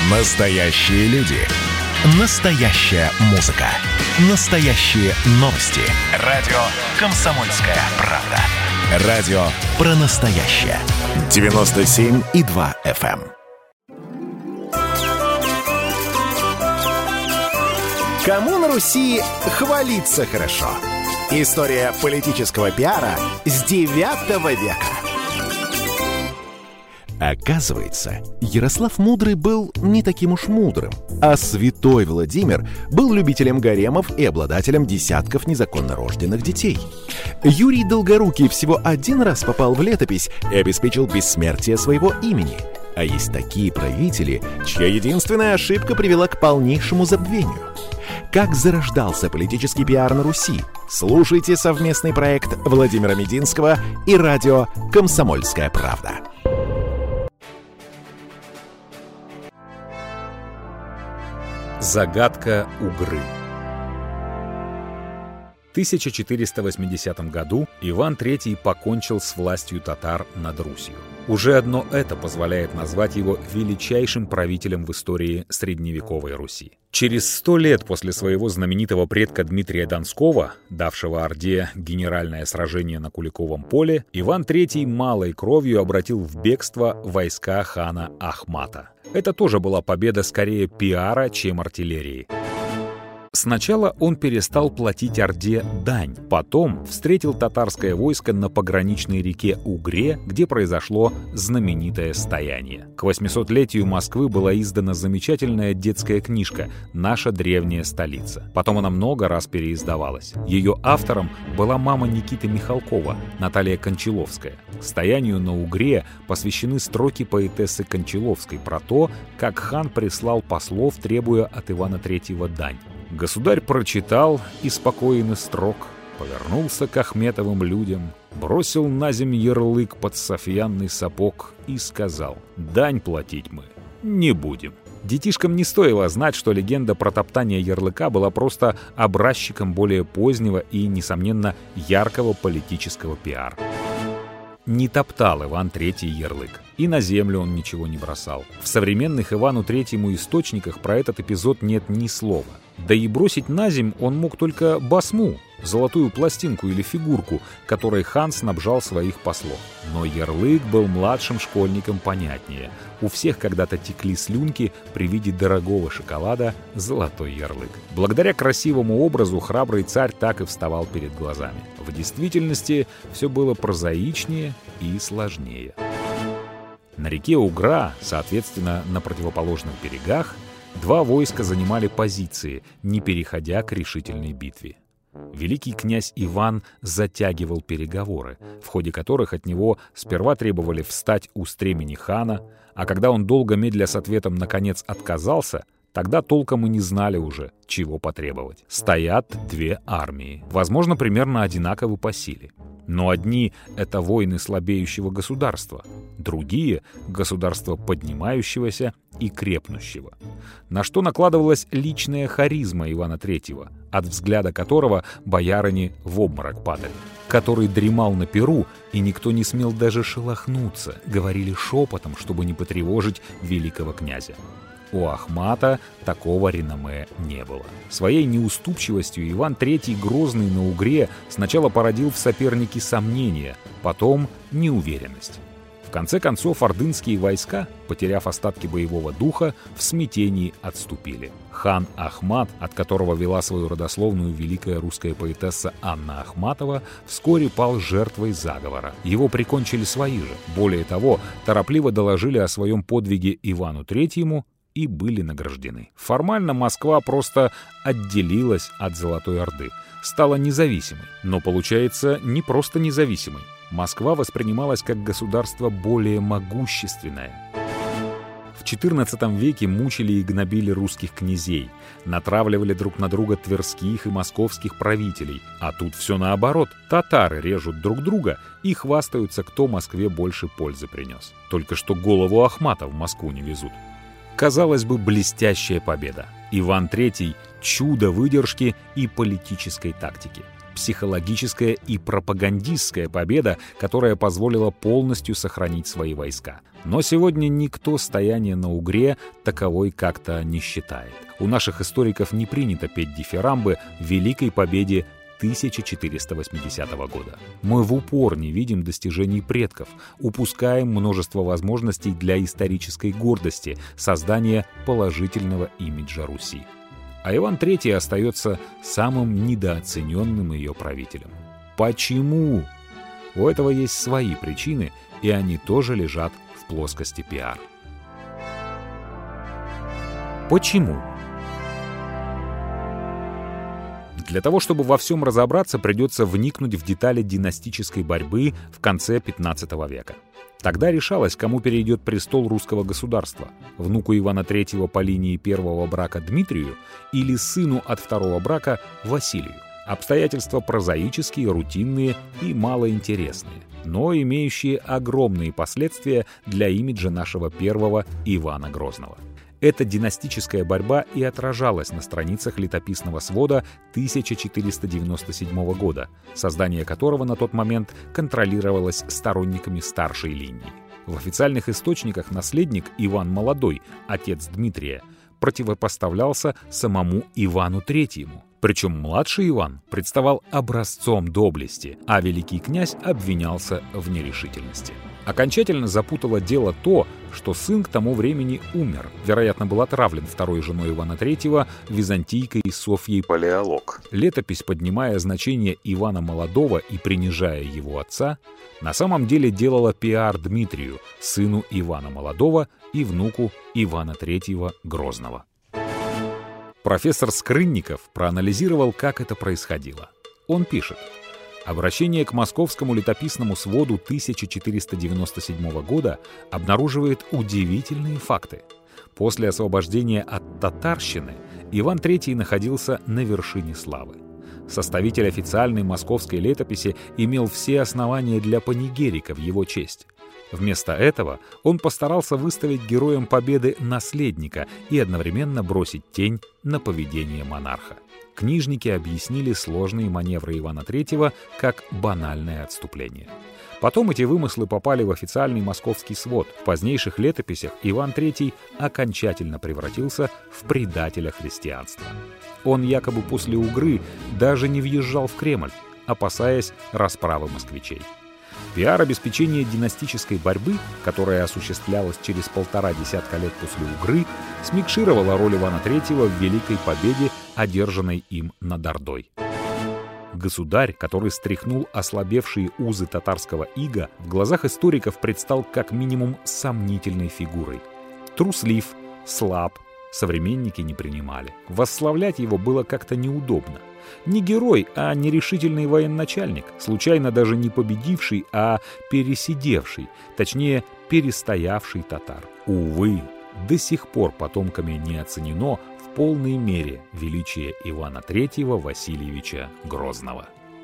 Настоящие люди. Настоящая музыка. Настоящие новости. Радио «Комсомольская правда». Радио про настоящее. 97,2 FM. Кому на Руси хвалиться хорошо? История политического пиара с 9 века. Оказывается, Ярослав Мудрый был не таким уж мудрым, а святой Владимир был любителем гаремов и обладателем десятков незаконно рожденных детей. Юрий Долгорукий всего один раз попал в летопись и обеспечил бессмертие своего имени. А есть такие правители, чья единственная ошибка привела к полнейшему забвению. Как зарождался политический пиар на Руси? Слушайте совместный проект Владимира Мединского и радио «Комсомольская правда». Загадка Угры. В 1480 году Иван III покончил с властью татар над Русью. Уже одно это позволяет назвать его величайшим правителем в истории средневековой Руси. Через 100 лет после своего знаменитого предка Дмитрия Донского, давшего Орде генеральное сражение на Куликовом поле, Иван III малой кровью обратил в бегство войска хана Ахмата. Это тоже была победа скорее пиара, чем артиллерии. Сначала он перестал платить Орде дань, потом встретил татарское войско на пограничной реке Угре, где произошло знаменитое стояние. К 800-летию Москвы была издана замечательная детская книжка «Наша древняя столица». Потом она много раз переиздавалась. Ее автором была мама Никиты Михалкова, Наталья Кончаловская. Стоянию на Угре посвящены строки поэтессы Кончаловской про то, как хан прислал послов, требуя от Ивана III дань. Государь прочитал и спокоен и строг, повернулся к Ахметовым людям, бросил на земь ярлык под софьянный сапог и сказал: «Дань платить мы не будем». Детишкам не стоило знать, что легенда про топтание ярлыка была просто образчиком более позднего и, несомненно, яркого политического пиара. Не топтал Иван III ярлык. И на землю он ничего не бросал. В современных Ивану Третьему источниках про этот эпизод нет ни слова. Да и бросить на земь он мог только басму, золотую пластинку или фигурку, которой хан снабжал своих послов. Но ярлык был младшим школьникам понятнее. У всех когда-то текли слюнки при виде дорогого шоколада «Золотой ярлык». Благодаря красивому образу храбрый царь так и вставал перед глазами. В действительности все было прозаичнее и сложнее. На реке Угра, соответственно, на противоположных берегах, два войска занимали позиции, не переходя к решительной битве. Великий князь Иван затягивал переговоры, в ходе которых от него сперва требовали встать у стремени хана, а когда он долго медля с ответом наконец отказался, тогда толком и не знали уже, чего потребовать. Стоят две армии, возможно, примерно одинаковы по силе. Но одни — это воины слабеющего государства, другие — государства поднимающегося и крепнущего. На что накладывалась личная харизма Ивана III, от взгляда которого боярыни в обморок падали. Который дремал на перу, и никто не смел даже шелохнуться, говорили шепотом, чтобы не потревожить великого князя. У Ахмата такого реноме не было. Своей неуступчивостью Иван III Грозный на Угре сначала породил в сопернике сомнения, потом неуверенность. В конце концов, ордынские войска, потеряв остатки боевого духа, в смятении отступили. Хан Ахмат, от которого вела свою родословную великая русская поэтесса Анна Ахматова, вскоре пал жертвой заговора. Его прикончили свои же. Более того, торопливо доложили о своем подвиге Ивану III и были награждены. Формально Москва просто отделилась от Золотой Орды, стала независимой. Но, получается, не просто независимой. Москва воспринималась как государство более могущественное. В XIV веке мучили и гнобили русских князей, натравливали друг на друга тверских и московских правителей. А тут все наоборот. Татары режут друг друга и хвастаются, кто Москве больше пользы принес. Только что голову Ахмата в Москву не везут. Казалось бы, блестящая победа. Иван III — чудо выдержки и политической тактики. психологическая и пропагандистская победа, которая позволила полностью сохранить свои войска. Но сегодня никто стояние на Угре таковой как-то не считает. У наших историков не принято петь дифирамбы великой победе 1480 года. Мы в упор не видим достижений предков, упускаем множество возможностей для исторической гордости, создания положительного имиджа Руси. А Иван III остается самым недооцененным ее правителем. Почему? У этого есть свои причины, и они тоже лежат в плоскости пиар. Почему? Для того, чтобы во всем разобраться, придется вникнуть в детали династической борьбы в конце XV века. Тогда решалось, кому перейдет престол русского государства – внуку Ивана III по линии первого брака Дмитрию или сыну от второго брака Василию. Обстоятельства прозаические, рутинные и малоинтересные, но имеющие огромные последствия для имиджа нашего первого Ивана Грозного. Эта династическая борьба и отражалась на страницах летописного свода 1497 года, создание которого на тот момент контролировалось сторонниками старшей линии. В официальных источниках наследник Иван Молодой, отец Дмитрия, противопоставлялся самому Ивану III. Причем младший Иван представал образцом доблести, а великий князь обвинялся в нерешительности. Окончательно запутало дело то, что сын к тому времени умер. Вероятно, был отравлен второй женой Ивана III, византийкой Софьей Палеолог. Летопись, поднимая значение Ивана Молодого и принижая его отца, на самом деле делала пиар Дмитрию, сыну Ивана Молодого и внуку Ивана III Грозного. Профессор Скрынников проанализировал, как это происходило. Он пишет: обращение к московскому летописному своду 1497 года обнаруживает удивительные факты. После освобождения от татарщины Иван III находился на вершине славы. Составитель официальной московской летописи имел все основания для панигерика в его честь. Вместо этого он постарался выставить героем победы наследника и одновременно бросить тень на поведение монарха. Книжники объяснили сложные маневры Ивана III как банальное отступление. Потом эти вымыслы попали в официальный московский свод. В позднейших летописях Иван III окончательно превратился в предателя христианства. Он якобы после Угры даже не въезжал в Кремль, опасаясь расправы москвичей. Пиар-обеспечение династической борьбы, которая осуществлялась через 1,5 десятка лет после Угры, смикшировала роль Ивана III в великой победе, одержанной им над Ордой. Государь, который стряхнул ослабевшие узы татарского ига, в глазах историков предстал как минимум сомнительной фигурой. Труслив, слаб, современники не принимали. Восславлять его было как-то неудобно. Не герой, а нерешительный военачальник, случайно даже не победивший, а пересидевший, точнее, перестоявший татар. Увы, до сих пор потомками не оценено в полной мере величие Ивана III Васильевича Грозного.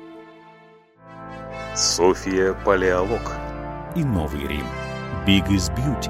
Софья Палеолог и Новый Рим. Big is beauty.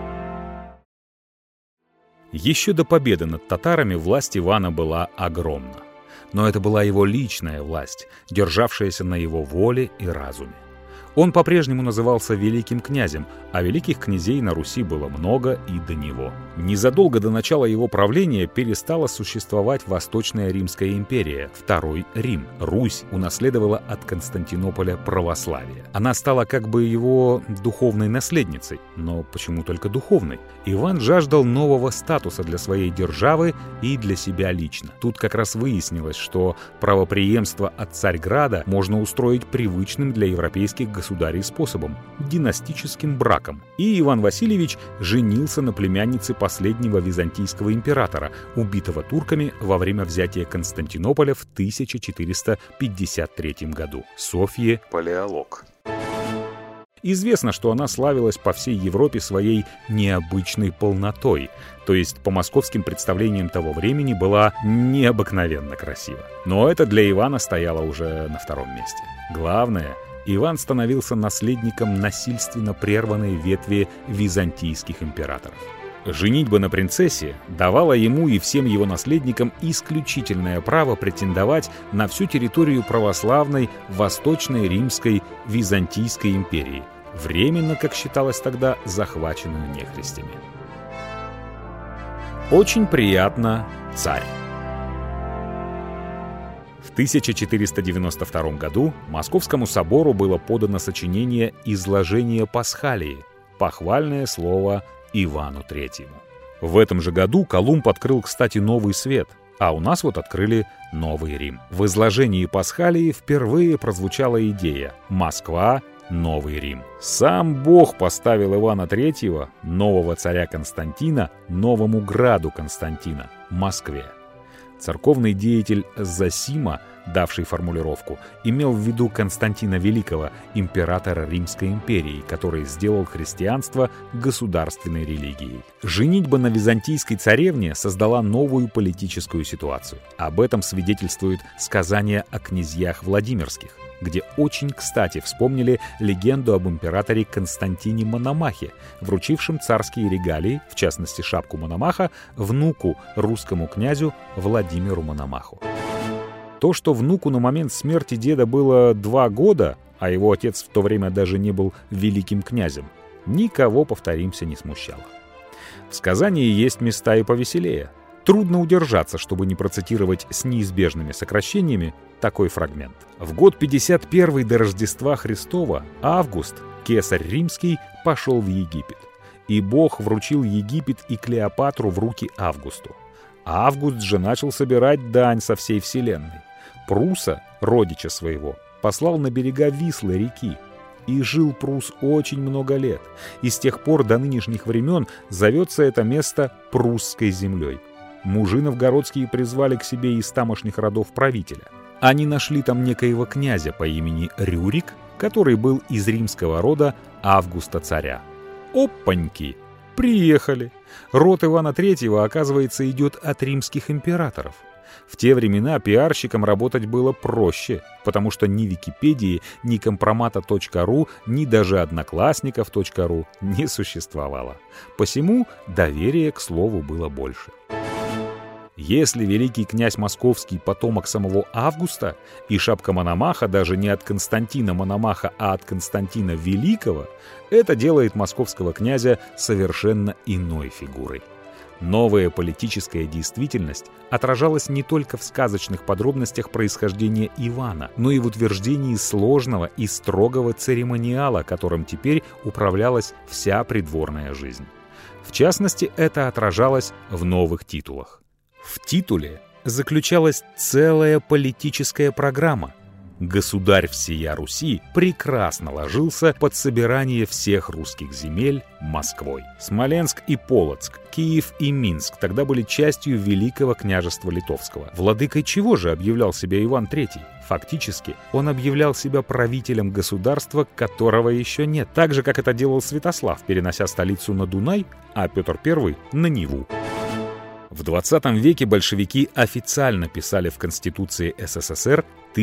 Еще до победы над татарами власть Ивана была огромна. Но это была его личная власть, державшаяся на его воле и разуме. Он по-прежнему назывался великим князем, а великих князей на Руси было много и до него. Незадолго до начала его правления перестала существовать Восточная Римская империя, Второй Рим. Русь унаследовала от Константинополя православие. Она стала как бы его духовной наследницей, но почему только духовной? Иван жаждал нового статуса для своей державы и для себя лично. Тут как раз выяснилось, что правопреемство от Царьграда можно устроить привычным для европейских государей способом – династическим браком. И Иван Васильевич женился на племяннице последнего византийского императора, убитого турками во время взятия Константинополя в 1453 году, Софье Палеолог. Известно, что она славилась по всей Европе своей необычной полнотой, то есть по московским представлениям того времени была необыкновенно красива. Но это для Ивана стояло уже на втором месте. Главное, Иван становился наследником насильственно прерванной ветви византийских императоров. Женитьба на принцессе давала ему и всем его наследникам исключительное право претендовать на всю территорию православной Восточной Римской Византийской империи, временно, как считалось тогда, захваченную нехристями. Очень приятно, царь. В 1492 году Московскому собору было подано сочинение «Изложение Пасхалии», похвальное слово Ивану III. В этом же году Колумб открыл, кстати, Новый Свет, а у нас вот открыли Новый Рим. В изложении Пасхалии впервые прозвучала идея «Москва – Новый Рим». Сам Бог поставил Ивана III, нового царя Константина, новому граду Константина – Москве. Церковный деятель Зосима, давший формулировку, имел в виду Константина Великого, императора Римской империи, который сделал христианство государственной религией. Женитьба на византийской царевне создала новую политическую ситуацию. Об этом свидетельствует сказание о князьях Владимирских, где очень кстати вспомнили легенду об императоре Константине Мономахе, вручившем царские регалии, в частности шапку Мономаха, внуку русскому князю Владимиру Мономаху. То, что внуку на момент смерти деда было 2 года, а его отец в то время даже не был великим князем, никого, повторимся, не смущало. В сказании есть места и повеселее. Трудно удержаться, чтобы не процитировать с неизбежными сокращениями такой фрагмент. В год 51 до Рождества Христова Август, кесарь римский, пошел в Египет. И Бог вручил Египет и Клеопатру в руки Августу. Август же начал собирать дань со всей вселенной. Пруса, родича своего, послал на берега Вислы реки. И жил Прус очень много лет. И с тех пор до нынешних времен зовется это место Прусской землей. Мужи новгородские призвали к себе из тамошних родов правителя. Они нашли там некоего князя по имени Рюрик, который был из римского рода Августа царя. Опаньки! Приехали! Род Ивана III, оказывается, идет от римских императоров. В те времена пиарщикам работать было проще, потому что ни Википедии, ни компромата.ру, ни даже одноклассников.ру не существовало. Посему доверия к слову было больше. Если великий князь Московский потомок самого Августа, и шапка Мономаха даже не от Константина Мономаха, а от Константина Великого, это делает московского князя совершенно иной фигурой. Новая политическая действительность отражалась не только в сказочных подробностях происхождения Ивана, но и в утверждении сложного и строгого церемониала, которым теперь управлялась вся придворная жизнь. В частности, это отражалось в новых титулах. В титуле заключалась целая политическая программа. Государь всея Руси прекрасно ложился под собирание всех русских земель Москвой. Смоленск и Полоцк, Киев и Минск тогда были частью Великого княжества Литовского. Владыкой чего же объявлял себя Иван III? Фактически, он объявлял себя правителем государства, которого еще нет, так же, как это делал Святослав, перенося столицу на Дунай, а Петр I — на Неву. В 20 веке большевики официально писали в Конституции СССР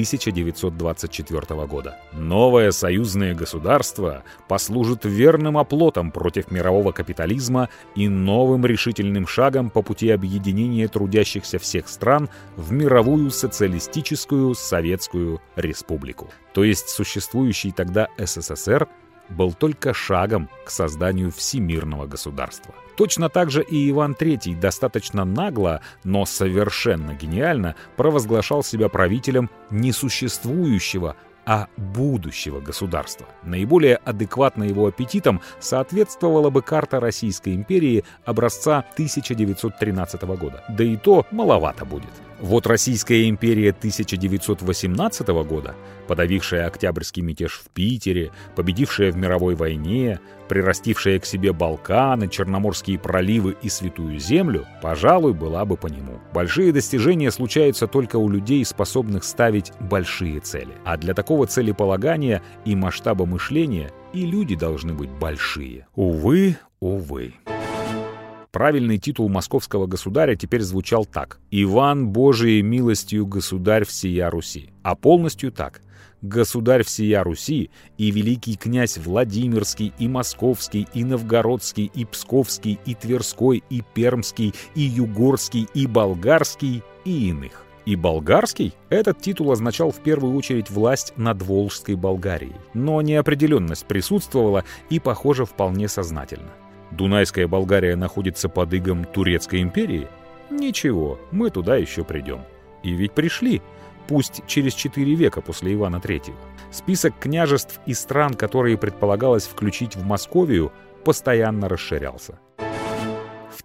1924 года: «Новое союзное государство послужит верным оплотом против мирового капитализма и новым решительным шагом по пути объединения трудящихся всех стран в мировую социалистическую Советскую Республику». То есть существующий тогда СССР был только шагом к созданию всемирного государства. Точно так же и Иван III достаточно нагло, но совершенно гениально провозглашал себя правителем несуществующего, а будущего государства. Наиболее адекватно его аппетитам соответствовала бы карта Российской империи образца 1913 года. Да и то маловато будет. Вот Российская империя 1918 года, подавившая Октябрьский мятеж в Питере, победившая в мировой войне, прирастившая к себе Балканы, Черноморские проливы и Святую Землю, пожалуй, была бы по нему. Большие достижения случаются только у людей, способных ставить большие цели. А для такого целеполагания и масштаба мышления и люди должны быть большие. Увы, увы. Правильный титул московского государя теперь звучал так: «Иван Божией милостью государь всея Руси». А полностью так: государь всея Руси и великий князь Владимирский, и Московский, и Новгородский, и Псковский, и Тверской, и Пермский, и Югорский, и Болгарский, и иных. И болгарский этот титул означал в первую очередь власть над Волжской Болгарией. Но неопределенность присутствовала и, похоже, вполне сознательно. Дунайская Болгария находится под игом Турецкой империи? Ничего, мы туда еще придем. И ведь пришли, пусть через 4 века после Ивана III. Список княжеств и стран, которые предполагалось включить в Московию, постоянно расширялся. В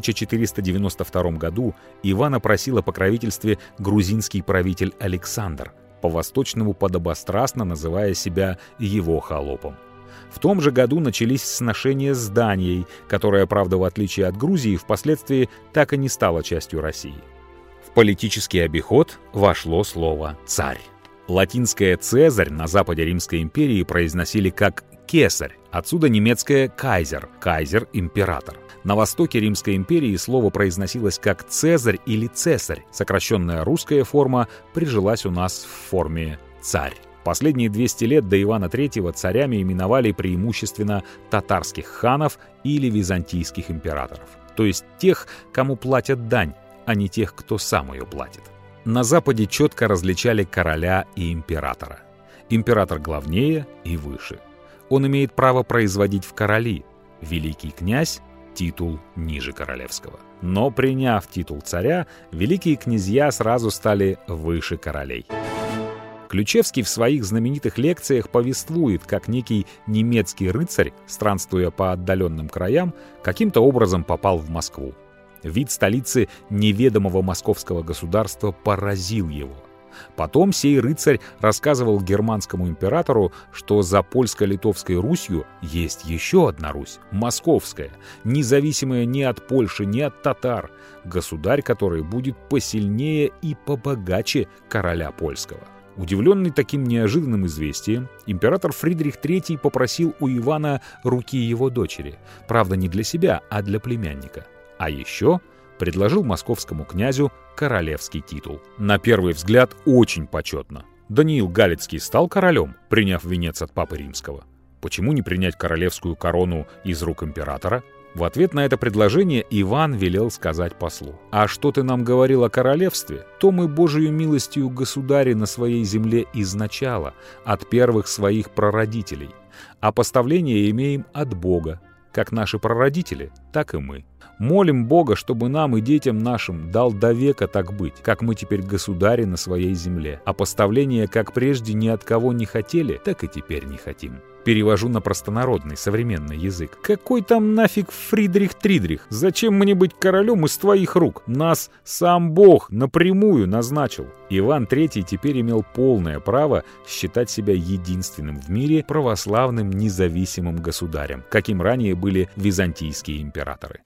1492 году Ивана просил о покровительстве грузинский правитель Александр, по-восточному подобострастно называя себя его холопом. В том же году начались сношения с Данией, которая, правда, в отличие от Грузии, впоследствии так и не стала частью России. В политический обиход вошло слово «царь». Латинское «цезарь» на западе Римской империи произносили как «кесарь», отсюда немецкое «кайзер», «кайзер» — «император». На востоке Римской империи слово произносилось как «цезарь» или «цесарь». Сокращенная русская форма прижилась у нас в форме «царь». Последние 200 лет до Ивана III царями именовали преимущественно татарских ханов или византийских императоров, то есть тех, кому платят дань, а не тех, кто сам ее платит. На Западе четко различали короля и императора. Император главнее и выше. Он имеет право производить в короли. Великий князь — титул ниже королевского. Но приняв титул царя, великие князья сразу стали выше королей. Ключевский в своих знаменитых лекциях повествует, как некий немецкий рыцарь, странствуя по отдаленным краям, каким-то образом попал в Москву. Вид столицы неведомого московского государства поразил его. Потом сей рыцарь рассказывал германскому императору, что за польско-литовской Русью есть еще одна Русь, московская, независимая ни от Польши, ни от татар, государь, который будет посильнее и побогаче короля польского. Удивленный таким неожиданным известием, император Фридрих III попросил у Ивана руки его дочери, правда не для себя, а для племянника. А еще предложил московскому князю королевский титул. На первый взгляд очень почетно. Даниил Галицкий стал королем, приняв венец от Папы Римского. Почему не принять королевскую корону из рук императора? В ответ на это предложение Иван велел сказать послу: «А что ты нам говорил о королевстве, то мы Божию милостью государи на своей земле изначала, от первых своих прародителей, а поставление имеем от Бога, как наши прародители, так и мы. Молим Бога, чтобы нам и детям нашим дал до века так быть, как мы теперь государи на своей земле, а поставление, как прежде, ни от кого не хотели, так и теперь не хотим». Перевожу на простонародный, современный язык. Какой там нафиг Фридрих Тридрих? Зачем мне быть королем из твоих рук? Нас сам Бог напрямую назначил. Иван III теперь имел полное право считать себя единственным в мире православным независимым государем, каким ранее были византийские императоры.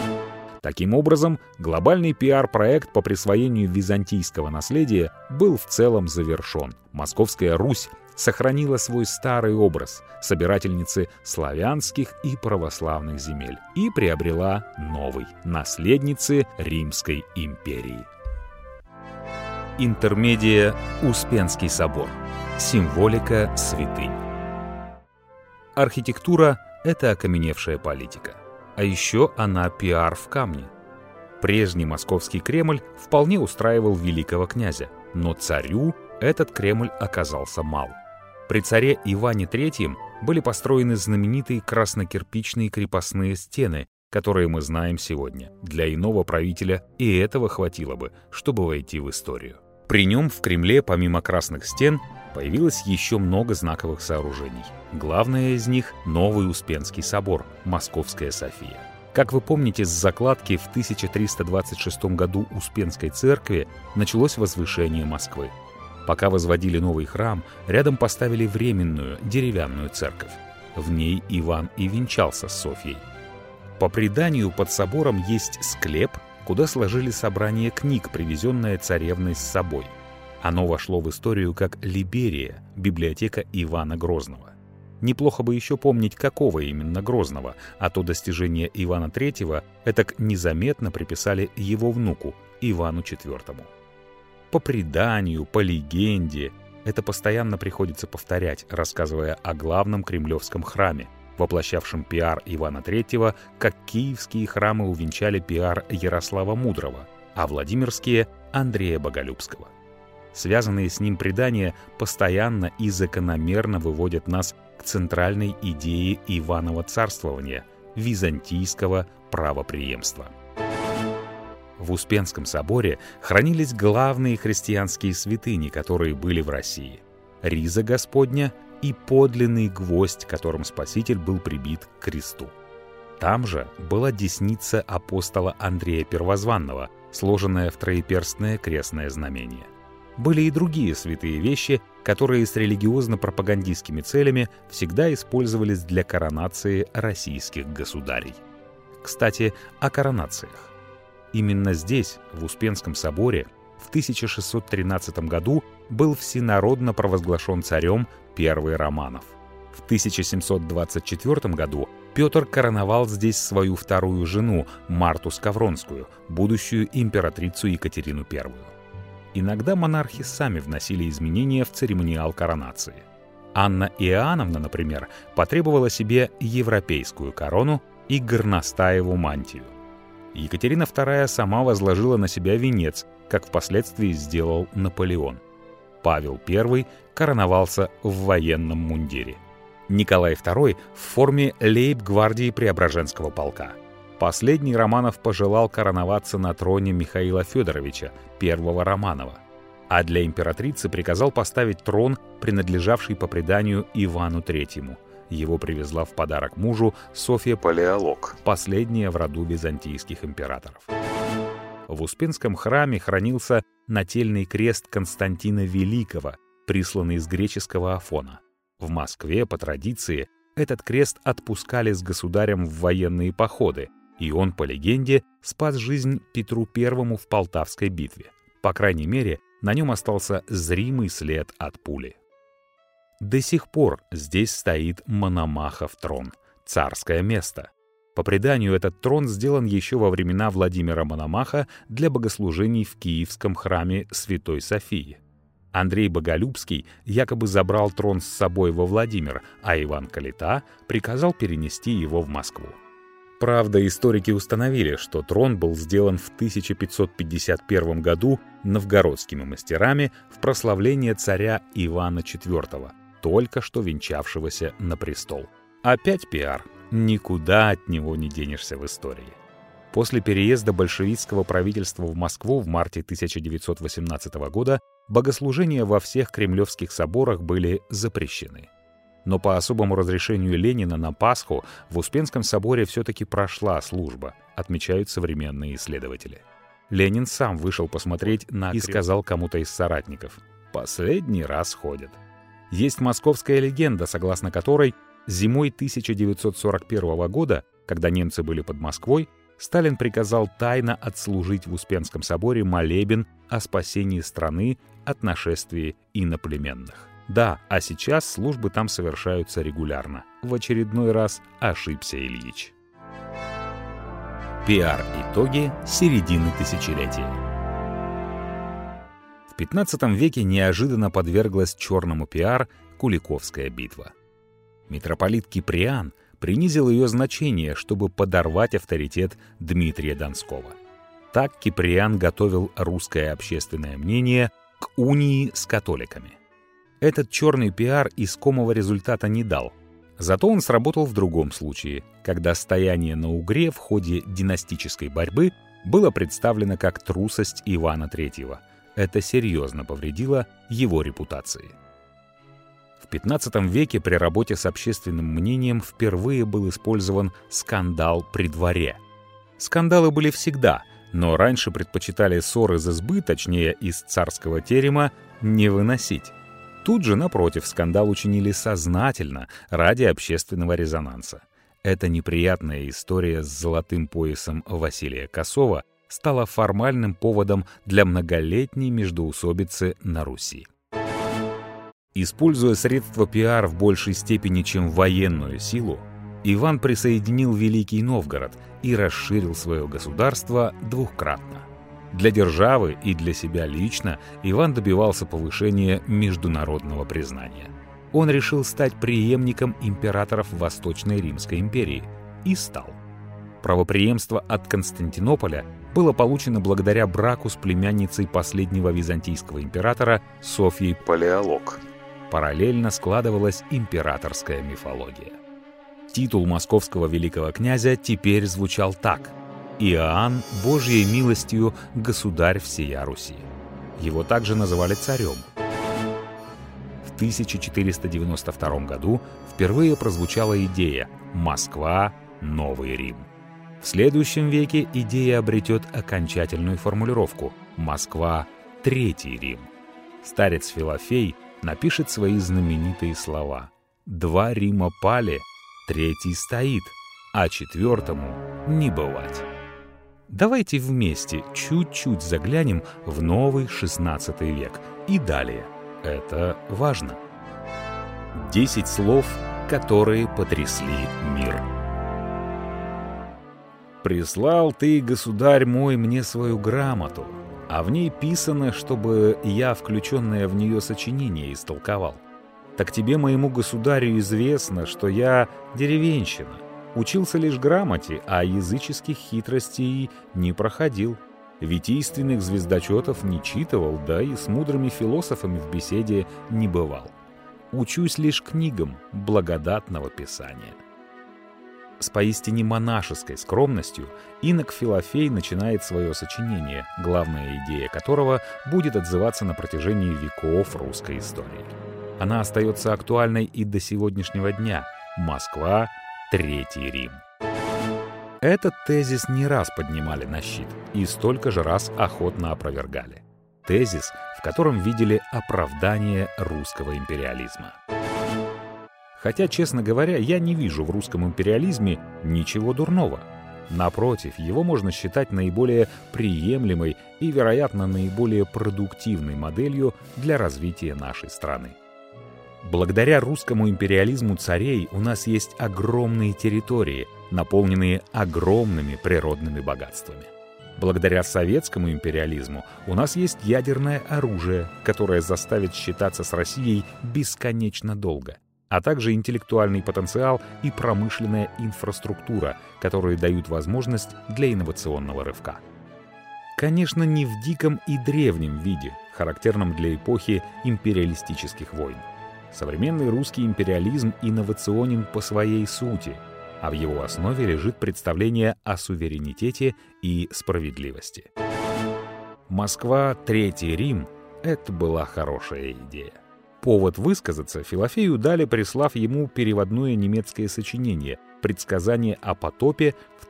Таким образом, глобальный пиар-проект по присвоению византийского наследия был в целом завершен. Московская Русь сохранила свой старый образ собирательницы славянских и православных земель и приобрела новый — наследницы Римской империи. Интермедия Успенский собор. Символика святынь. Архитектура — это окаменевшая политика. А еще она пиар в камне. Прежний московский Кремль вполне устраивал великого князя, но царю этот Кремль оказался мал. При царе Иване III были построены знаменитые краснокирпичные крепостные стены, которые мы знаем сегодня. Для иного правителя и этого хватило бы, чтобы войти в историю. При нем в Кремле, помимо красных стен, появилось еще много знаковых сооружений. Главное из них — новый Успенский собор, Московская София. Как вы помните, с закладки в 1326 году Успенской церкви началось возвышение Москвы. Пока возводили новый храм, рядом поставили временную деревянную церковь. В ней Иван и венчался с Софьей. По преданию, под собором есть склеп, куда сложили собрание книг, привезенное царевной с собой. Оно вошло в историю как Либерия, библиотека Ивана Грозного. Неплохо бы еще помнить, какого именно Грозного, а то достижения Ивана III этак незаметно приписали его внуку, Ивану IV. По преданию, по легенде, Это постоянно приходится повторять, рассказывая о главном кремлевском храме, воплощавшем пиар Ивана III, как киевские храмы увенчали пиар Ярослава Мудрого, а владимирские — Андрея Боголюбского. Связанные с ним предания постоянно и закономерно выводят нас к центральной идее Иванова царствования — византийского правопреемства. В Успенском соборе хранились главные христианские святыни, которые были в России: риза Господня и подлинный гвоздь, которым Спаситель был прибит к кресту. Там же была десница апостола Андрея Первозванного, сложенная в троеперстное крестное знамение. Были и другие святые вещи, которые с религиозно-пропагандистскими целями всегда использовались для коронации российских государей. Кстати, о коронациях. Именно здесь, в Успенском соборе, в 1613 году был всенародно провозглашен царем первый Романов. В 1724 году Петр короновал здесь свою вторую жену, Марту Скавронскую, будущую императрицу Екатерину I. Иногда монархи сами вносили изменения в церемониал коронации. Анна Иоанновна, например, потребовала себе европейскую корону и горностаеву мантию. Екатерина II сама возложила на себя венец, как впоследствии сделал Наполеон. Павел I короновался в военном мундире. Николай II в форме лейб-гвардии Преображенского полка. Последний Романов пожелал короноваться на троне Михаила Федоровича, первого Романова, а для императрицы приказал поставить трон, принадлежавший по преданию Ивану III. Его привезла в подарок мужу Софья Палеолог, последняя в роду византийских императоров. В Успенском храме хранился нательный крест Константина Великого, присланный с греческого Афона. В Москве, по традиции, этот крест отпускали с государем в военные походы, и он, по легенде, спас жизнь Петру I в Полтавской битве. По крайней мере, на нем остался зримый след от пули. До сих пор здесь стоит Мономахов трон, царское место. По преданию, этот трон сделан еще во времена Владимира Мономаха для богослужений в Киевском храме Святой Софии. Андрей Боголюбский якобы забрал трон с собой во Владимир, а Иван Калита приказал перенести его в Москву. Правда, историки установили, что трон был сделан в 1551 году новгородскими мастерами в прославление царя Ивана IV, только что венчавшегося на престол. Опять пиар. Никуда от него не денешься в истории. После переезда большевистского правительства в Москву в марте 1918 года богослужения во всех кремлевских соборах были запрещены. Но по особому разрешению Ленина на Пасху в Успенском соборе все-таки прошла служба, отмечают современные исследователи. Ленин сам вышел посмотреть и сказал кому-то из соратников: «Последний раз ходят». Есть московская легенда, согласно которой зимой 1941 года, когда немцы были под Москвой, Сталин приказал тайно отслужить в Успенском соборе молебен о спасении страны от нашествия иноплеменных. Да, а сейчас службы там совершаются регулярно. В очередной раз ошибся Ильич. Пиар-итоги середины тысячелетия. В XV веке неожиданно подверглась черному пиар Куликовская битва. Митрополит Киприан принизил ее значение, чтобы подорвать авторитет Дмитрия Донского. Так Киприан готовил русское общественное мнение к унии с католиками. Этот черный пиар искомого результата не дал. Зато он сработал в другом случае, когда стояние на Угре в ходе династической борьбы было представлено как трусость Ивана III. Это серьезно повредило его репутации. В XV веке при работе с общественным мнением впервые был использован скандал при дворе. Скандалы были всегда, но раньше предпочитали ссор из избы, точнее из царского терема, не выносить. Тут же, напротив, скандал учинили сознательно, ради общественного резонанса. Эта неприятная история с золотым поясом Василия Косова стала формальным поводом для многолетней междоусобицы на Руси. Используя средства пиар в большей степени, чем военную силу, Иван присоединил Великий Новгород и расширил свое государство двукратно. Для державы и для себя лично Иван добивался повышения международного признания. Он решил стать преемником императоров Восточной Римской империи и стал. Правопреемство от Константинополя было получено благодаря браку с племянницей последнего византийского императора Софьей Палеолог. Параллельно складывалась императорская мифология. Титул московского великого князя теперь звучал так: Иоанн, Божьей милостью, государь всея Руси. Его также называли царем. В 1492 году впервые прозвучала идея «Москва – Новый Рим». В следующем веке идея обретет окончательную формулировку «Москва – Третий Рим». Старец Филофей напишет свои знаменитые слова: «Два Рима пали, третий стоит, а четвертому не бывать». Давайте вместе чуть-чуть заглянем в новый XVI век и далее. Это важно. 10 слов, которые потрясли мир. «Прислал ты, государь мой, мне свою грамоту, а в ней писано, чтобы я включенное в нее сочинение истолковал. Так тебе, моему государю, известно, что я деревенщина, учился лишь грамоте, а языческих хитростей не проходил. Витийственных звездочетов не читывал, да и с мудрыми философами в беседе не бывал. Учусь лишь книгам благодатного писания». С поистине монашеской скромностью инок Филофей начинает свое сочинение, главная идея которого будет отзываться на протяжении веков русской истории. Она остается актуальной и до сегодняшнего дня. Москва — Третий Рим. Этот тезис не раз поднимали на щит и столько же раз охотно опровергали. Тезис, в котором видели оправдание русского империализма. Хотя, честно говоря, я не вижу в русском империализме ничего дурного. Напротив, его можно считать наиболее приемлемой и, вероятно, наиболее продуктивной моделью для развития нашей страны. Благодаря русскому империализму царей у нас есть огромные территории, наполненные огромными природными богатствами. Благодаря советскому империализму у нас есть ядерное оружие, которое заставит считаться с Россией бесконечно долго, а также интеллектуальный потенциал и промышленная инфраструктура, которые дают возможность для инновационного рывка. Конечно, не в диком и древнем виде, характерном для эпохи империалистических войн. Современный русский империализм инновационен по своей сути, а в его основе лежит представление о суверенитете и справедливости. Москва — Третий Рим — это была хорошая идея. Повод высказаться Филофею дали, прислав ему переводное немецкое сочинение «Предсказание о потопе» в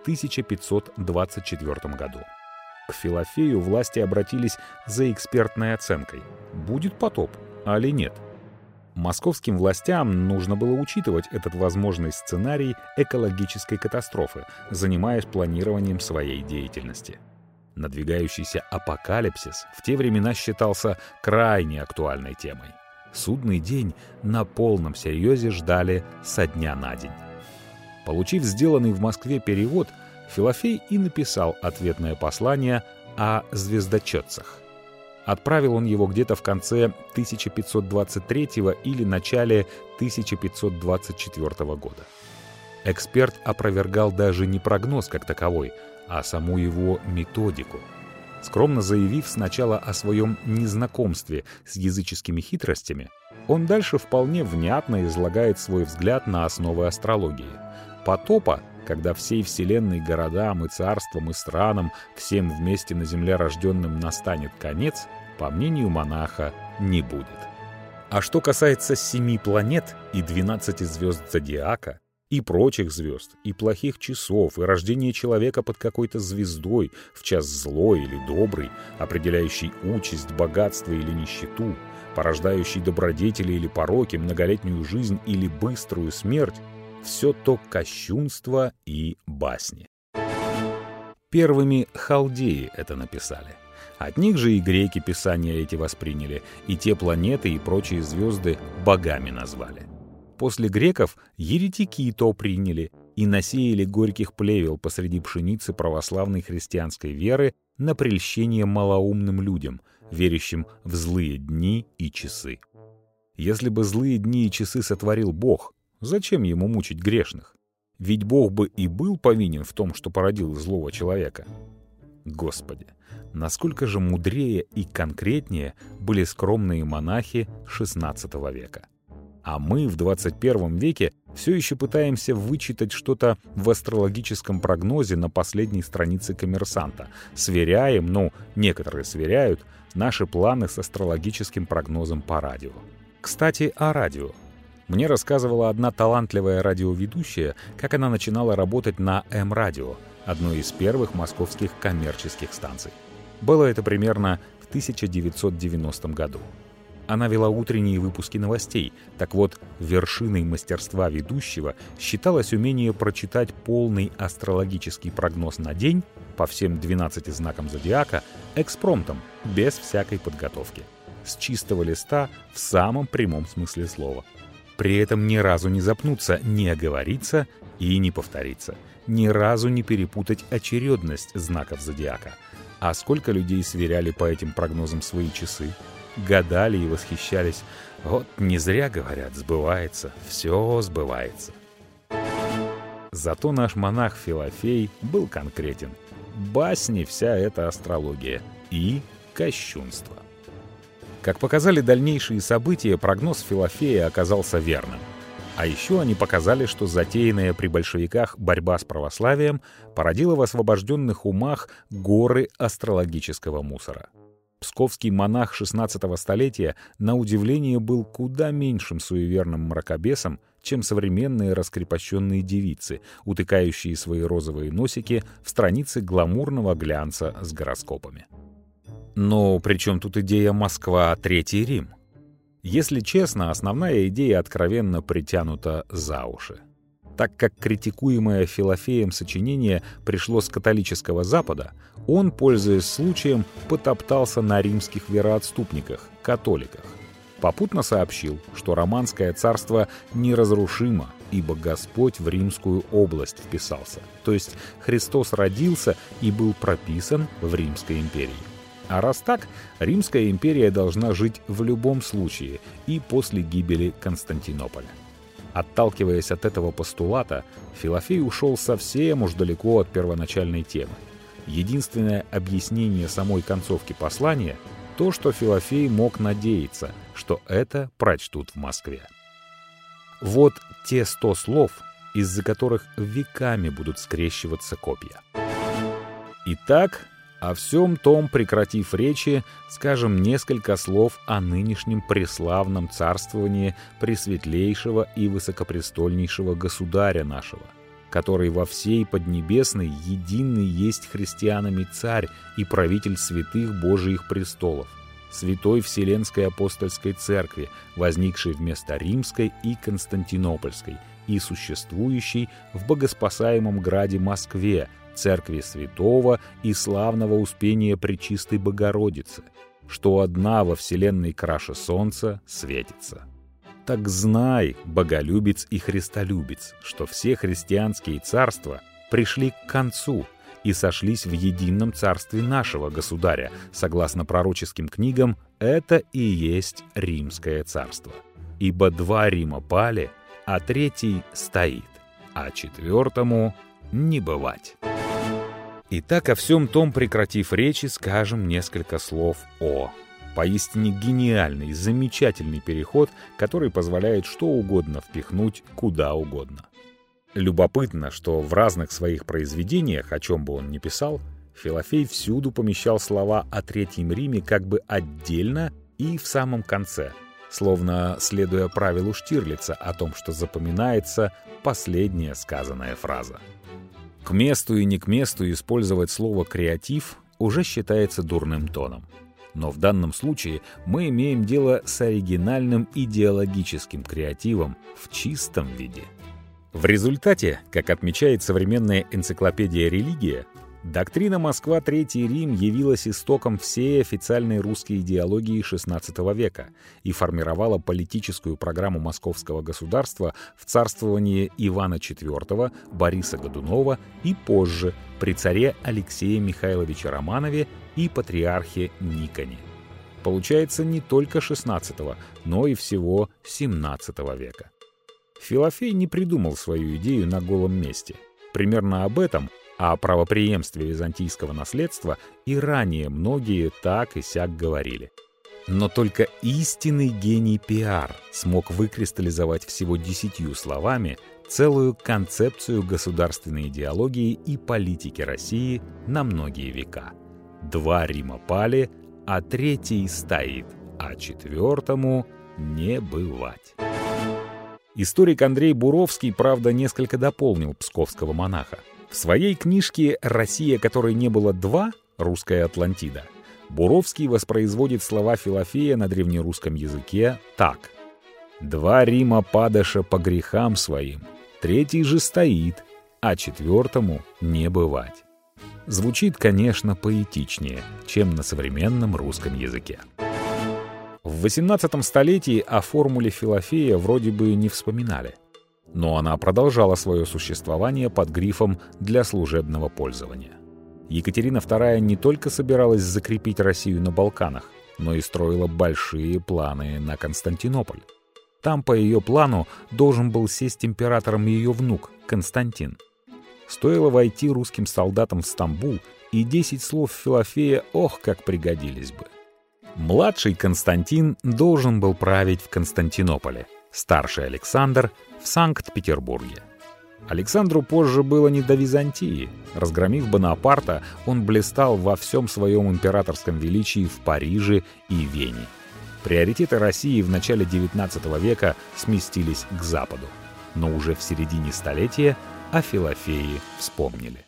1524 году. К Филофею власти обратились за экспертной оценкой: будет потоп, али нет. Московским властям нужно было учитывать этот возможный сценарий экологической катастрофы, занимаясь планированием своей деятельности. Надвигающийся апокалипсис в те времена считался крайне актуальной темой. Судный день на полном серьезе ждали со дня на день. Получив сделанный в Москве перевод, Филофей и написал ответное послание о звездочетцах. Отправил он его где-то в конце 1523 или начале 1524 года. Эксперт опровергал даже не прогноз как таковой, а саму его методику. Скромно заявив сначала о своем незнакомстве с языческими хитростями, он дальше вполне внятно излагает свой взгляд на основы астрологии. Потопа, когда всей вселенной, городам и царствам и странам, всем вместе на земле рожденным настанет конец, по мнению монаха, не будет. А что касается 7 планет и 12 звезд зодиака, и прочих звезд, и плохих часов, и рождения человека под какой-то звездой в час злой или добрый, определяющий участь, богатство или нищету, порождающий добродетели или пороки, многолетнюю жизнь или быструю смерть, все то кощунство и басни. Первыми халдеи это написали. От них же и греки писания эти восприняли, и те планеты и прочие звезды богами назвали. После греков еретики то приняли и насеяли горьких плевел посреди пшеницы православной христианской веры на прельщение малоумным людям, верящим в злые дни и часы. Если бы злые дни и часы сотворил Бог, зачем ему мучить грешных? Ведь Бог бы и был повинен в том, что породил злого человека. Господи, насколько же мудрее и конкретнее были скромные монахи XVI века. А мы в 21 веке все еще пытаемся вычитать что-то в астрологическом прогнозе на последней странице «Коммерсанта». Сверяем, некоторые сверяют, наши планы с астрологическим прогнозом по радио. Кстати, о радио. Мне рассказывала одна талантливая радиоведущая, как она начинала работать на М-радио, одной из первых московских коммерческих станций. Было это примерно в 1990 году. Она вела утренние выпуски новостей. Так вот, вершиной мастерства ведущего считалось умение прочитать полный астрологический прогноз на день по всем 12 знакам зодиака экспромтом, без всякой подготовки. С чистого листа в самом прямом смысле слова. При этом ни разу не запнуться, не оговориться и не повториться. Ни разу не перепутать очередность знаков зодиака. А сколько людей сверяли по этим прогнозам свои часы? Гадали и восхищались. Вот не зря говорят, сбывается, все сбывается. Зато наш монах Филофей был конкретен. Басни вся эта астрология и кощунство. Как показали дальнейшие события, прогноз Филофея оказался верным. А еще они показали, что затеянная при большевиках борьба с православием породила в освобожденных умах горы астрологического мусора. Псковский монах XVI столетия, на удивление, был куда меньшим суеверным мракобесом, чем современные раскрепощенные девицы, утыкающие свои розовые носики в страницы гламурного глянца с гороскопами. Но при чем тут идея Москва, Третий Рим? Если честно, основная идея откровенно притянута за уши. Так как критикуемое Филофеем сочинение пришло с католического Запада, он, пользуясь случаем, потоптался на римских вероотступниках, католиках. Попутно сообщил, что Романское царство неразрушимо, ибо Господь в Римскую область вписался. То есть Христос родился и был прописан в Римской империи. А раз так, Римская империя должна жить в любом случае и после гибели Константинополя. Отталкиваясь от этого постулата, Филофей ушел совсем уж далеко от первоначальной темы. Единственное объяснение самой концовки послания — то, что Филофей мог надеяться, что это прочтут в Москве. Вот те 100 слов, из-за которых веками будут скрещиваться копья. Итак, о всем том, прекратив речи, скажем несколько слов о нынешнем преславном царствовании пресветлейшего и высокопрестольнейшего государя нашего, который во всей Поднебесной единый есть христианами царь и правитель святых Божиих престолов, Святой Вселенской Апостольской Церкви, возникшей вместо Римской и Константинопольской и существующей в богоспасаемом граде Москве, Церкви Святого и славного Успения Пречистой Богородицы, что одна во вселенной краше солнца светится. Так знай, боголюбец и христолюбец, что все христианские царства пришли к концу и сошлись в едином царстве нашего государя. Согласно пророческим книгам, это и есть Римское царство. Ибо 2 Рима пали, а 3 стоит, а 4 не бывать. Итак, о всем том, прекратив речи, скажем несколько слов о. Поистине гениальный, замечательный переход, который позволяет что угодно впихнуть куда угодно. Любопытно, что в разных своих произведениях, о чем бы он ни писал, Филофей всюду помещал слова о Третьем Риме как бы отдельно и в самом конце, словно следуя правилу Штирлица о том, что запоминается последняя сказанная фраза. К месту и не к месту использовать слово «креатив» уже считается дурным тоном. Но в данном случае мы имеем дело с оригинальным идеологическим креативом в чистом виде. В результате, как отмечает современная энциклопедия «Религия», Доктрина «Москва, Третий Рим» явилась истоком всей официальной русской идеологии XVI века и формировала политическую программу московского государства в царствовании Ивана IV, Бориса Годунова и позже при царе Алексее Михайловиче Романове и патриархе Никоне. Получается, не только XVI, но и всего XVII века. Филофей не придумал свою идею на голом месте. Примерно об этом, о правопреемстве византийского наследства, и ранее многие так и сяк говорили. Но только истинный гений пиар смог выкристаллизовать всего 10 словами целую концепцию государственной идеологии и политики России на многие века. 2 Рима пали, а 3 стоит, а 4 не бывать. Историк Андрей Буровский, правда, несколько дополнил псковского монаха. В своей книжке «Россия, которой не было 2. Русская Атлантида» Буровский воспроизводит слова Филофея на древнерусском языке так: «2 Рима падаша по грехам своим, 3 же стоит, а 4 не бывать». Звучит, конечно, поэтичнее, чем на современном русском языке. В XVIII столетии о формуле Филофея вроде бы не вспоминали. Но она продолжала свое существование под грифом «для служебного пользования». Екатерина II не только собиралась закрепить Россию на Балканах, но и строила большие планы на Константинополь. Там по ее плану должен был сесть императором ее внук Константин. Стоило войти русским солдатам в Стамбул, и 10 слов Филофея ох, как пригодились бы. Младший Константин должен был править в Константинополе, старший Александр — в Санкт-Петербурге. Александру позже было не до Византии. Разгромив Бонапарта, он блистал во всем своем императорском величии в Париже и Вене. Приоритеты России в начале XIX века сместились к Западу. Но уже в середине столетия о Филофее вспомнили.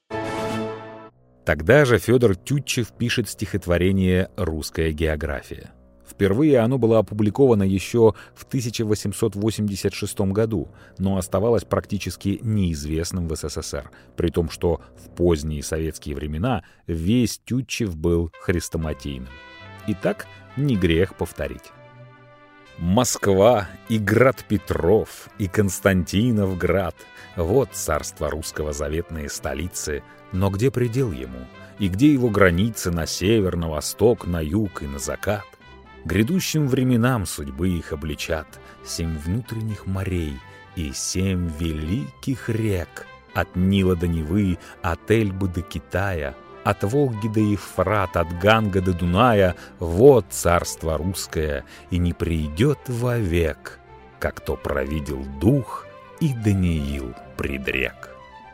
Тогда же Федор Тютчев пишет стихотворение «Русская география». Впервые оно было опубликовано еще в 1886 году, но оставалось практически неизвестным в СССР, при том, что в поздние советские времена весь Тютчев был хрестоматийным. Итак, не грех повторить. Москва и град Петров, и Константиновград — вот царство русского заветные столицы, но где предел ему, и где его границы на север, на восток, на юг и на закат? Грядущим временам судьбы их обличат 7 внутренних морей и 7 великих рек, от Нила до Невы, от Эльбы до Китая, от Волги до Евфрата, от Ганга до Дуная. Вот царство русское, и не придет вовек, как то провидел дух и Даниил предрек.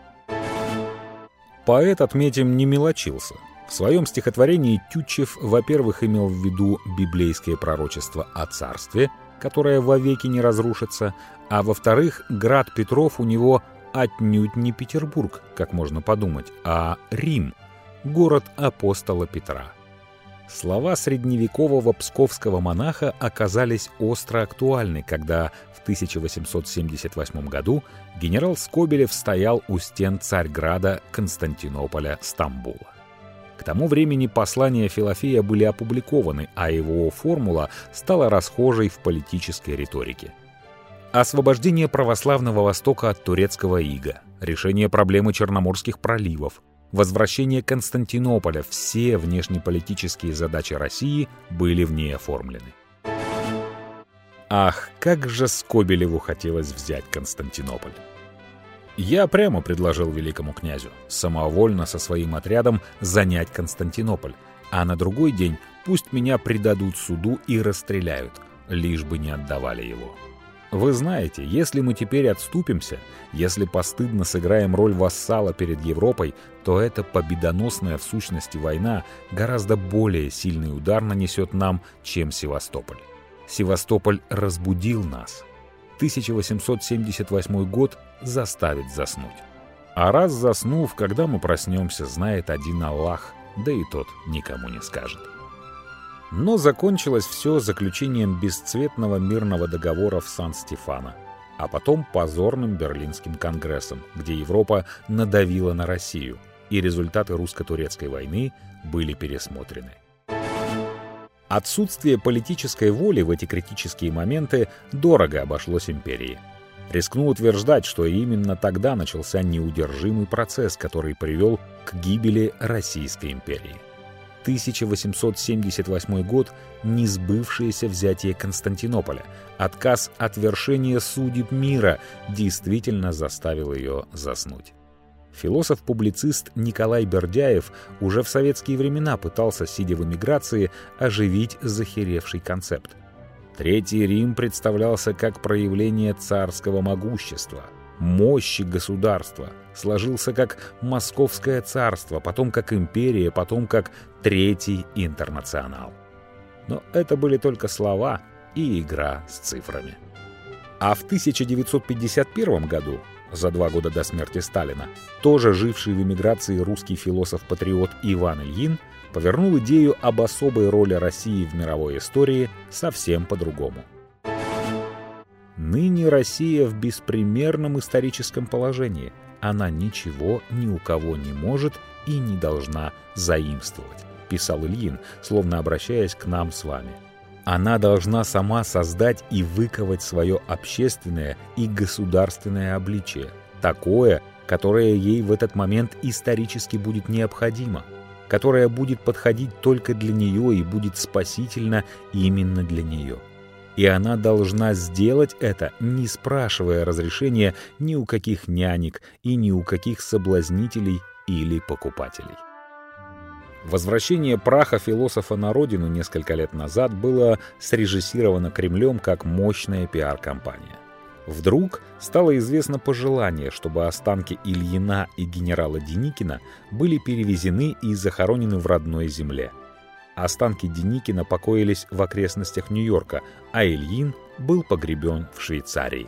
Поэт, отметим, не мелочился. В своем стихотворении Тютчев, во-первых, имел в виду библейское пророчество о царстве, которое вовеки не разрушится, а во-вторых, град Петров у него отнюдь не Петербург, как можно подумать, а Рим, город апостола Петра. Слова средневекового псковского монаха оказались остро актуальны, когда в 1878 году генерал Скобелев стоял у стен Царьграда, Константинополя, Стамбула. К тому времени послания Филофея были опубликованы, а его формула стала расхожей в политической риторике. Освобождение православного Востока от турецкого ига, решение проблемы Черноморских проливов, возвращение Константинополя — все внешнеполитические задачи России были в ней оформлены. Ах, как же Скобелеву хотелось взять Константинополь! Я прямо предложил великому князю самовольно со своим отрядом занять Константинополь, а на другой день пусть меня предадут суду и расстреляют, лишь бы не отдавали его. Вы знаете, если мы теперь отступимся, если постыдно сыграем роль вассала перед Европой, то эта победоносная в сущности война гораздо более сильный удар нанесет нам, чем Севастополь. Севастополь разбудил нас. 1878 год заставит заснуть. А раз заснув, когда мы проснемся, знает один Аллах, да и тот никому не скажет. Но закончилось все заключением бесцветного мирного договора в Сан-Стефано, а потом позорным Берлинским конгрессом, где Европа надавила на Россию, и результаты русско-турецкой войны были пересмотрены. Отсутствие политической воли в эти критические моменты дорого обошлось империи. Рискну утверждать, что именно тогда начался неудержимый процесс, который привел к гибели Российской империи. 1878 год – несбывшееся взятие Константинополя, отказ от вершения судеб мира действительно заставил ее заснуть. Философ-публицист Николай Бердяев уже в советские времена пытался, сидя в эмиграции, оживить захеревший концепт. Третий Рим представлялся как проявление царского могущества, мощи государства, сложился как Московское царство, потом как империя, потом как Третий интернационал. Но это были только слова и игра с цифрами. А в 1951 году, за 2 года до смерти Сталина, тоже живший в эмиграции русский философ-патриот Иван Ильин повернул идею об особой роли России в мировой истории совсем по-другому. Ныне Россия в беспримерном историческом положении. Она ничего ни у кого не может и не должна заимствовать, писал Ильин, словно обращаясь к нам с вами. Она должна сама создать и выковать свое общественное и государственное обличие, такое, которое ей в этот момент исторически будет необходимо, которое будет подходить только для нее и будет спасительно именно для нее. И она должна сделать это, не спрашивая разрешения ни у каких нянек и ни у каких соблазнителей или покупателей. Возвращение праха философа на родину несколько лет назад было срежиссировано Кремлем как мощная пиар-кампания. Вдруг стало известно пожелание, чтобы останки Ильина и генерала Деникина были перевезены и захоронены в родной земле. Останки Деникина покоились в окрестностях Нью-Йорка, а Ильин был погребен в Швейцарии.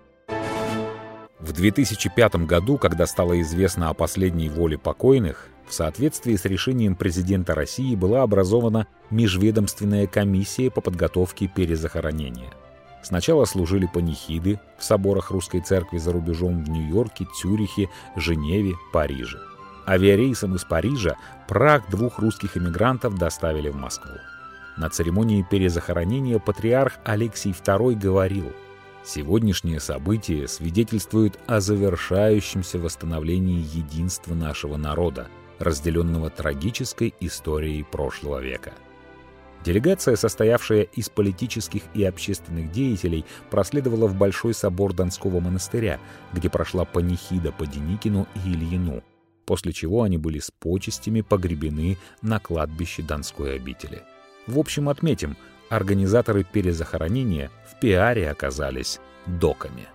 В 2005 году, когда стало известно о последней воле покойных, в соответствии с решением президента России была образована межведомственная комиссия по подготовке перезахоронения. Сначала служили панихиды в соборах Русской Церкви за рубежом в Нью-Йорке, Цюрихе, Женеве, Париже. Авиарейсом из Парижа прах 2 русских эмигрантов доставили в Москву. На церемонии перезахоронения патриарх Алексий II говорил: «Сегодняшнее событие свидетельствует о завершающемся восстановлении единства нашего народа, разделенного трагической историей прошлого века». Делегация, состоявшая из политических и общественных деятелей, проследовала в Большой собор Донского монастыря, где прошла панихида по Деникину и Ильину, после чего они были с почестями погребены на кладбище Донской обители. В общем, отметим, организаторы перезахоронения в пиаре оказались доками.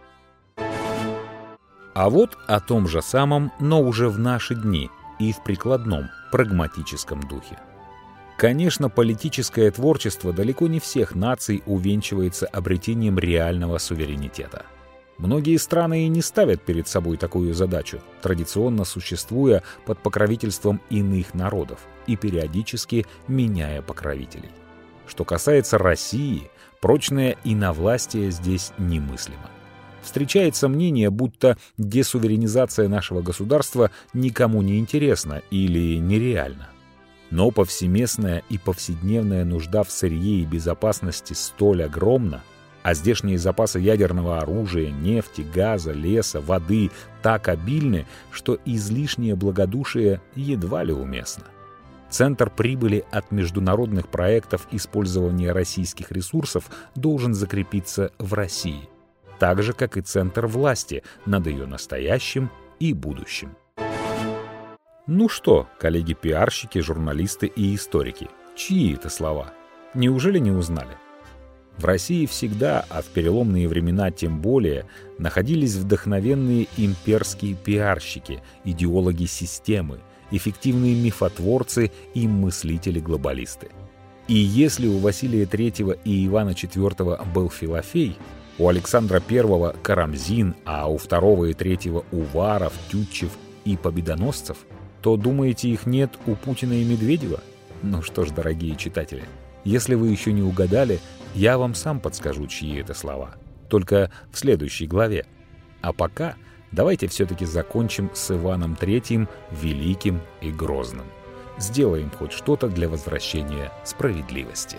А вот о том же самом, но уже в наши дни и в прикладном, прагматическом духе. Конечно, политическое творчество далеко не всех наций увенчивается обретением реального суверенитета. Многие страны и не ставят перед собой такую задачу, традиционно существуя под покровительством иных народов и периодически меняя покровителей. Что касается России, прочное иновластие здесь немыслимо. Встречается мнение, будто десуверенизация нашего государства никому не интересна или нереальна. Но повсеместная и повседневная нужда в сырье и безопасности столь огромна, а здешние запасы ядерного оружия, нефти, газа, леса, воды так обильны, что излишнее благодушие едва ли уместно. Центр прибыли от международных проектов использования российских ресурсов должен закрепиться в России, так же, как и центр власти над ее настоящим и будущим. Ну что, коллеги-пиарщики, журналисты и историки, чьи это слова? Неужели не узнали? В России всегда, а в переломные времена тем более, находились вдохновенные имперские пиарщики, идеологи системы, эффективные мифотворцы и мыслители-глобалисты. И если у Василия III и Ивана IV был Филофей, у Александра I – Карамзин, а у II и III – Уваров, Тютчев и Победоносцев, то, думаете, их нет у Путина и Медведева? Ну что ж, дорогие читатели, если вы еще не угадали, я вам сам подскажу, чьи это слова, только в следующей главе. А пока Давайте все-таки закончим с Иваном III Великим и Грозным. Сделаем хоть что-то для возвращения справедливости.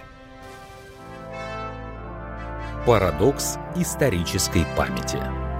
Парадокс исторической памяти.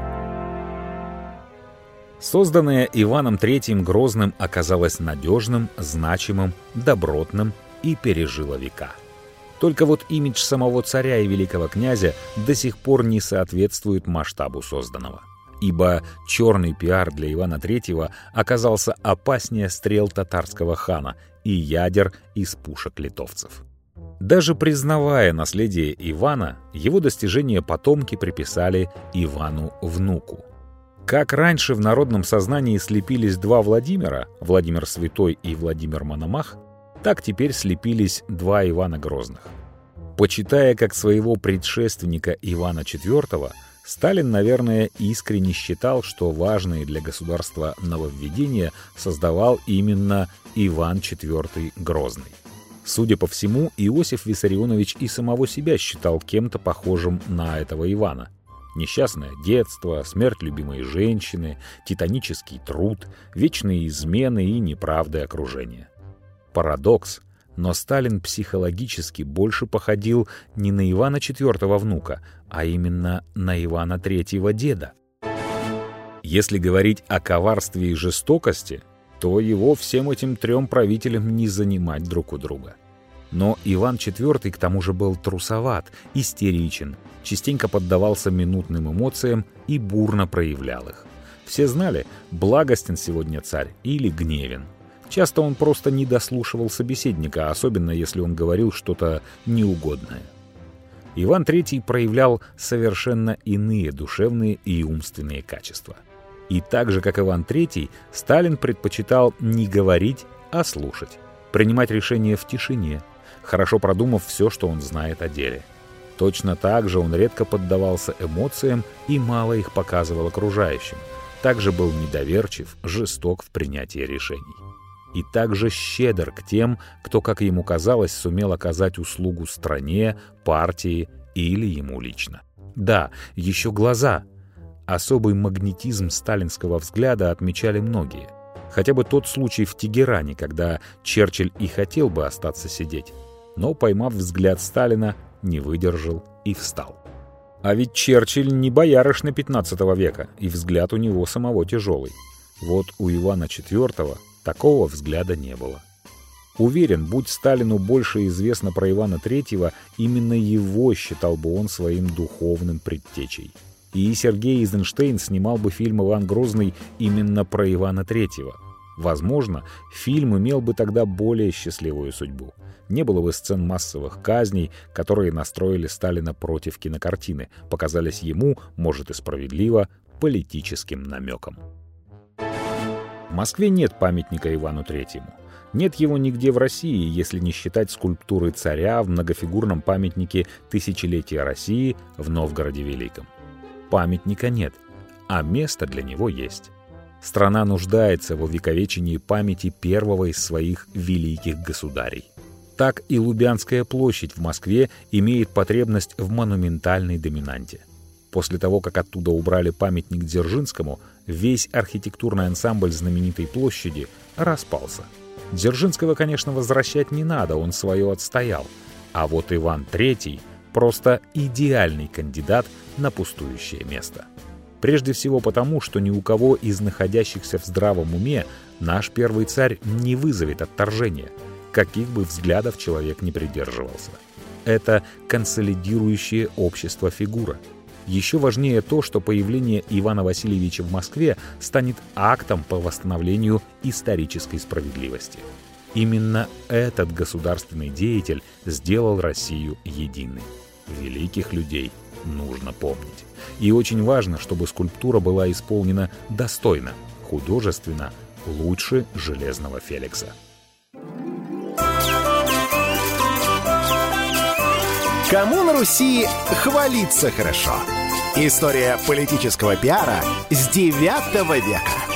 Созданное Иваном III Грозным оказалось надежным, значимым, добротным и пережило века. Только вот имидж самого царя и великого князя до сих пор не соответствует масштабу созданного. Ибо черный пиар для Ивана III оказался опаснее стрел татарского хана и ядер из пушек литовцев. Даже признавая наследие Ивана, его достижения потомки приписали Ивану внуку. Как раньше в народном сознании слепились два Владимира, Владимир Святой и Владимир Мономах, так теперь слепились два Ивана Грозных. Почитая как своего предшественника Ивана IV, Сталин, наверное, искренне считал, что важные для государства нововведения создавал именно Иван IV Грозный. Судя по всему, Иосиф Виссарионович и самого себя считал кем-то похожим на этого Ивана. Несчастное детство, смерть любимой женщины, титанический труд, вечные измены и неправды окружения. Парадокс, но Сталин психологически больше походил не на Ивана IV внука, а именно на Ивана III деда. Если говорить о коварстве и жестокости, то его всем этим трем правителям не занимать друг у друга. Но Иван IV к тому же был трусоват, истеричен, частенько поддавался минутным эмоциям и бурно проявлял их. Все знали, благостен сегодня царь или гневен. Часто он просто не дослушивал собеседника, особенно если он говорил что-то неугодное. Иван III проявлял совершенно иные душевные и умственные качества. И так же, как Иван III, Сталин предпочитал не говорить, а слушать, принимать решения в тишине, хорошо продумав все, что он знает о деле. Точно так же он редко поддавался эмоциям и мало их показывал окружающим. Также был недоверчив, жесток в принятии решений. И также щедр к тем, кто, как ему казалось, сумел оказать услугу стране, партии или ему лично. Да, еще глаза. Особый магнетизм сталинского взгляда отмечали многие. Хотя бы тот случай в Тегеране, когда Черчилль и хотел бы остаться сидеть, но, поймав взгляд Сталина, не выдержал и встал. А ведь Черчилль не боярышня XV века, и взгляд у него самого тяжелый. Вот у Ивана IV такого взгляда не было. Уверен, будь Сталину больше известно про Ивана III, именно его считал бы он своим духовным предтечей. И Сергей Эйзенштейн снимал бы фильм «Иван Грозный» именно про Ивана III. Возможно, фильм имел бы тогда более счастливую судьбу. Не было бы сцен массовых казней, которые настроили Сталина против кинокартины, показались ему, может и справедливо, политическим намеком. В Москве нет памятника Ивану III. Нет его нигде в России, если не считать скульптуры царя в многофигурном памятнике Тысячелетия России в Новгороде Великом. Памятника нет, а место для него есть. Страна нуждается в увековечении памяти первого из своих великих государей. Так и Лубянская площадь в Москве имеет потребность в монументальной доминанте. После того, как оттуда убрали памятник Дзержинскому, весь архитектурный ансамбль знаменитой площади распался. Дзержинского, конечно, возвращать не надо, он свое отстоял. А вот Иван III просто идеальный кандидат на пустующее место. Прежде всего потому, что ни у кого из находящихся в здравом уме наш первый царь не вызовет отторжения, каких бы взглядов человек не придерживался. Это консолидирующее общество фигура. Еще важнее то, что появление Ивана Васильевича в Москве станет актом по восстановлению исторической справедливости. Именно этот государственный деятель сделал Россию единой. Великих людей нужно помнить. И очень важно, чтобы скульптура была исполнена достойно, художественно, лучше Железного Феликса. Кому на Руси хвалиться хорошо? История политического пиара с IX века.